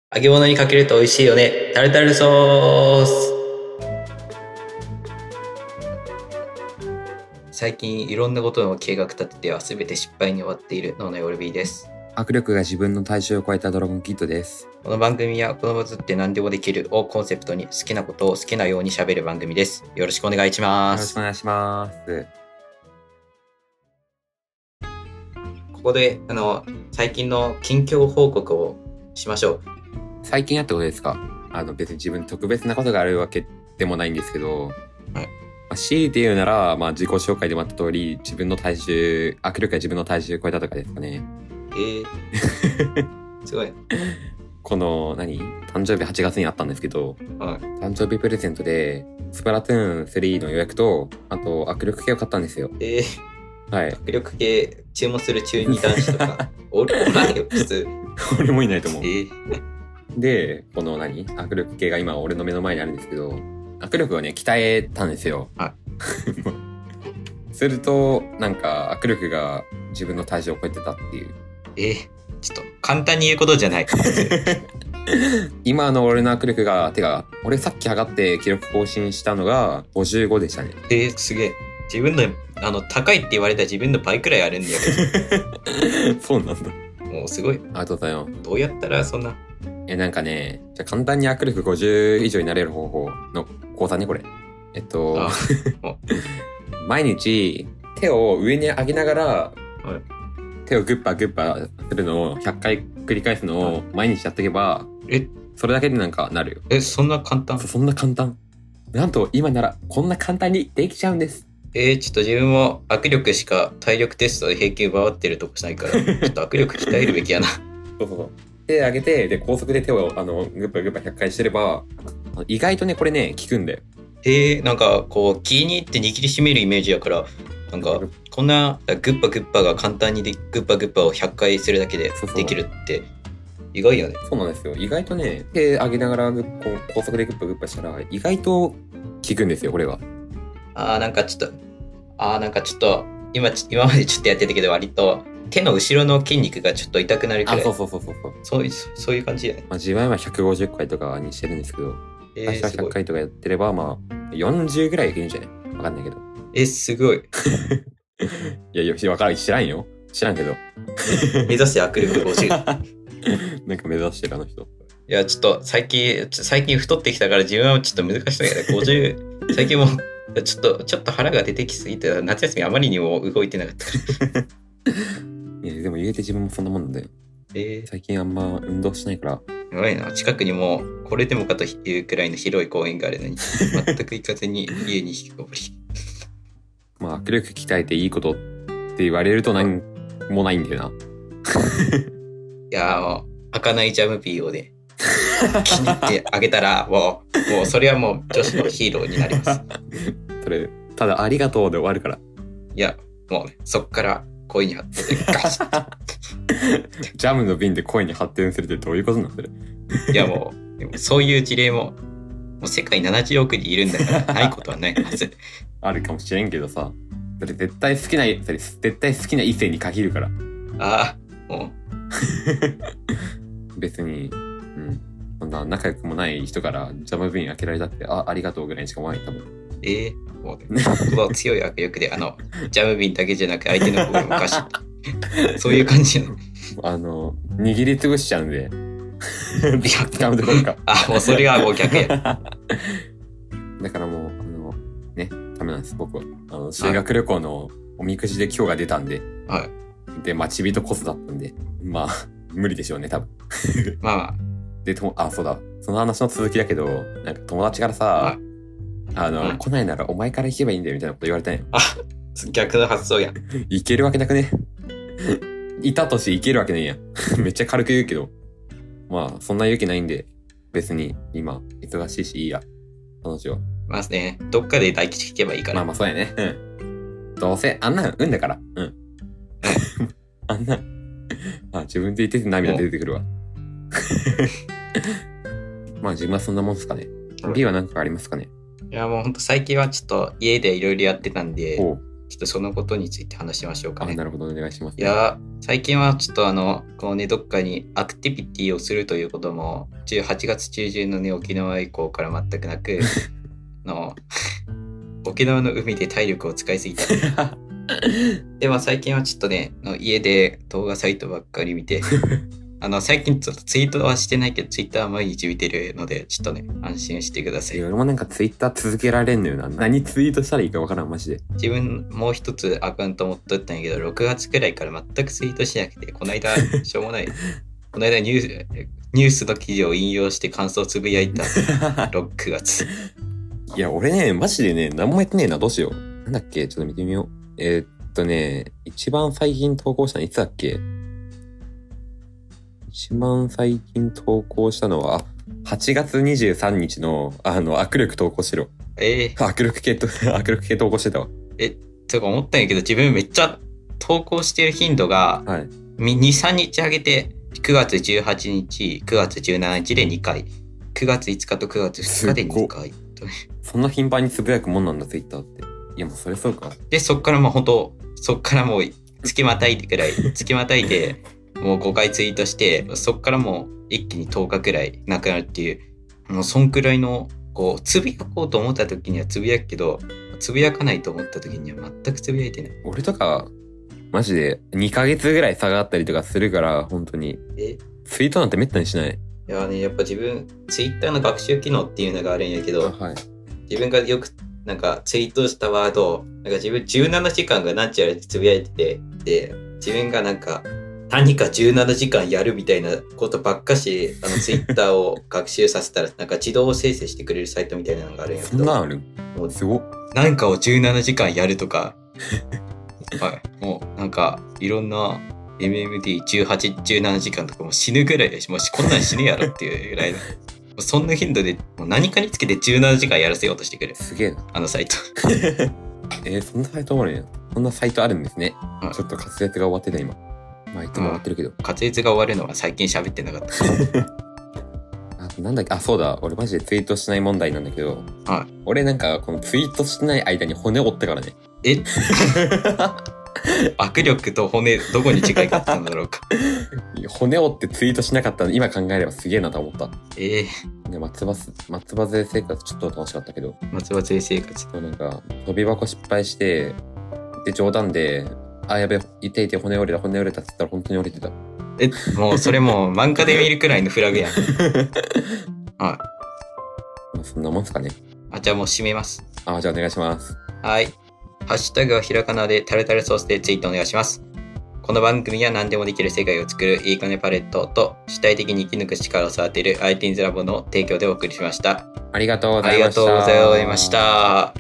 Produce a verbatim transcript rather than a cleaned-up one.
揚げ物にかけると美味しいよね。タルタルソース。最近いろんなことの計画立てては全て失敗に終わっている脳のヨルビーです。 握力が自分の体重を超えたドラゴンキッドです。 この番組は子供ずって何でもできるをコンセプトに好きなことを好きなように喋る番組です。よろしくお願いします。 よろしくお願いします。 ここであの最近の近況報告をしましょう。 最近やったことですか？あの別に自分特別なことがあるわけでもないんですけど、はい、まあ、強いて言うなら、まあ、自己紹介でもあった通り自分の体重握力が自分の体重超えたとかですかね。 えー、すごい。 この何誕生日はちがつにあったんですけど、はい、誕生日プレゼントでスプラトゥーンスリーの予約とあと握力計を買ったんですよ。 えー、はい。握力計注文する中二男子とかおらんよ普通。 俺もいないと思う。 えーで、この何握力計が今俺の目の前にあるんですけど、握力をね、鍛えたんですよ。 はい。 すると、なんか握力が自分の体重を超えてたっていう。 えー、ちょっと簡単に言うことじゃない。 今の俺の握力が、てか、俺さっき測って記録更新したのがごじゅうごでしたね。 えー、すげえ。自分の、あの、高いって言われた自分の倍くらいあるんだよ。 そうなんだ。 もうすごい。 ありがとうございます。 どうやったらそんな。 え、なんかね、じゃ簡単に握力ごじゅう以上になれる方法の講座ね、これ。えっと、毎日手を上に上げながら、はい、手をグッパグッパするのをひゃっかい繰り返すのを毎日やっていけば、え、それだけでなんかなるよ。 え、そんな簡単？ そ、そんな簡単。なんと今ならこんな簡単にできちゃうんです。 えー、ちょっと自分も握力しか体力テストで平均奪ってるとこしないから、ちょっと握力鍛えるべきやな。 そうそうそう。手上げて、で、高速で手を、あの、グッパグッパひゃっかいしてれば、意外とね、これね、効くんだよ。 へえ、なんか、こう、気に入って握りしめるイメージやから、なんか、こんな、グッパグッパが簡単にで、グッパグッパをひゃっかいするだけでできるって、意外よね。 そうなんですよ。意外とね、手上げながらグッ、こう高速でグッパグッパしたら、意外と効くんですよ、これは。 あー、なんかちょっと、あー、なんかちょっと、今、今までちょっとやってたけど、割と、手の後ろの筋肉がちょっと痛くなるくらい。 あ、そうそうそうそう。 そういう、そういう感じやね。 まあ、自分はひゃくごじゅっかいとかにしてるんですけど、えー、最初はひゃっかいとかやってれば、まあ、よんじゅうぐらいいけるんじゃない？わかんないけど。 え、すごい。 いやいや、わからん、知らんよ。知らんけど。 目指して握力ごじゅう。なんか目指してるあの人。 いや、ちょっと最近、最近太ってきたから自分はちょっと難しいんだけど、ごじゅう、最近も、ちょっと、ちょっと腹が出てきすぎて、夏休みあまりにも動いてなかったから。 いや、でも言うて自分もそんなもんなんだよ。えー、最近あんま運動しないから。 やばいな。近くにもこれでもかというくらいの広い公園があるのに、全く行かずに家に引きこもり。 まあ、握力鍛えていいことって言われると何もないんだよな。 いやー、もう、開かないジャムピーをね、気に入ってあげたら、もう、もうそれはもう女子のヒーローになります。 それ、ただありがとうで終わるから。 いや、もうね、そっから声に発展ガシッジャムの瓶で声に発展するってどういうことなんそれ？ いやもう、でもそういう事例も、もう世界ななじゅうおくにいるんだから、ないことはないはず。 あるかもしれんけどさ、それ絶対好きな、それ絶対好きな異性に限るから。 ああ、もう。別に、うん。そんな仲良くもない人からジャム瓶開けられたって、あ、ありがとうぐらいにしか思わない、多分。 ええー、もうね、言葉強い握力で、あの、ジャム瓶だけじゃなく相手の声もガシッそういう感じの。 あの、握りつぶしちゃうんで。使うところか。 あ、もうそれがもう逆や。だからもう、あの、ね、ダメなんです、僕は。あの、修学旅行のおみくじで今日が出たんで。はい。で、待ち人こそだったんで。まあ、無理でしょうね、多分。 まあまあ。 で、とも、あ、そうだ。その話の続きだけど、なんか友達からさ、はいあの、うん、来ないならお前から行けばいいんだよみたいなこと言われたんよ。 あ、逆の発想やん。 行けるわけなくね。いたとして行けるわけないやん。めっちゃ軽く言うけど。まあ、そんな勇気ないんで、別に今、忙しいしいいや。彼女は。 まあね、どっかで大吉聞けばいいから。 まあまあそうやね。うん。どうせ、あんなん運だから。うん。あんな、あ、自分で言ってて涙出てくるわ。まあ自分はそんなもんすかね。B は何かありますかね。 いやもうほんと最近はちょっと家でいろいろやってたんで、 ちょっとそのことについて話しましょうかね。 あ、なるほど、お願いします、 ね。いや、最近はちょっとあの、こうね、どっかにアクティビティをするということも、はちがつ中旬のね、沖縄以降から全くなく、の沖縄の海で体力を使いすぎた。で、まあ最近はちょっとね、家で動画サイトばっかり見て、あの、最近ちょっとツイートはしてないけど、ツイッターは毎日見てるので、ちょっとね、安心してください。 いや、俺もなんかツイッター続けられんのよな。何ツイートしたらいいかわからん、マジで。 自分もう一つアカウント持っとったんやけど、ろくがつくらいから全くツイートしなくて、この間、しょうもない。この間ニュース、ニュースの記事を引用して感想をつぶやいたろくがつ。 いや、俺ね、マジでね、何もやってねえな、どうしよう。なんだっけ、ちょっと見てみよう。えー、っとね、一番最近投稿したのいつだっけ？一番最近投稿したのは、はちがつにじゅうさんにちの、あの、握力投稿しろ。 えー、 握力系と、握力系投稿してたわ。 え、とか思ったんやけど、自分めっちゃ投稿してる頻度が、はい、に、さんにち上げて、くがつじゅうはちにち、くがつじゅうしちにちでにかい、くがついつかとくがつふつかでにかい。 そんな頻繁につぶやくもんなんだ、ツイッターって。いや、もうそれそうか。 で、そっからもうほんと、そっからもう、月またいでくらい、月またいで、もうごかいツイートして、そっからもう一気にとおかくらいなくなるっていう、もうそんくらいの、こう、つぶやこうと思った時にはつぶやくけど、つぶやかないと思った時には全くつぶやいてない。 俺とか、マジでにかげつぐらい差があったりとかするから、本当に。えツイートなんてめったにしない。 いやね、やっぱ自分、ツイッターの学習機能っていうのがあるんやけど、はい、自分がよくなんかツイートしたワード、なんか自分じゅうななじかんがなんちゃらってつぶやいてて、で、自分がなんか何かじゅうななじかんやるみたいなことばっかし、あのツイッターを学習させたら、なんか自動生成してくれるサイトみたいなのがあるんやけど。 そんなんある？もうすごっ。 なんかをじゅうななじかんやるとか、はい、もうなんかいろんな エムエムディーじゅうはち、じゅうななじかんとかもう死ぬぐらいだし、もしこんなん死ぬやろっていうぐらいの。そんな頻度でもう何かにつけてじゅうななじかんやらせようとしてくる。 すげえな。 あのサイト。 えー、そんなサイトもあるんや。そんなサイトあるんですね。はい、ちょっと滑舌が終わってた今。まあいつも終わってるけど。 滑舌が終わるのは最近喋ってなかった。 あ、なんだっけ、あ、そうだ。俺マジでツイートしない問題なんだけど。はい。俺なんかこのツイートしない間に骨折ったからね。 え握力と骨どこに違いがあったんだろうか。 骨折ってツイートしなかったの今考えればすげえなと思った。 ええー。 で松葉松葉勢生活ちょっと楽しかったけど。 松葉勢生活。 なんか飛び箱失敗してで冗談であやべ痛いて骨折れた骨折れたって言ったら本当に折れてた。 えもうそれもう漫画で見るくらいのフラグやん。はい。 そんなもんすかね。 あじゃあもう締めます。 あじゃあお願いします。 はい。ハッシュタグはひらがなでタルタルソースでツイートお願いします。この番組は何でもできる世界を作るいいかねパレットと主体的に生き抜く力を育てる アイティーンズ ラボの提供でお送りしました。 ありがとうございました。 ありがとうございました。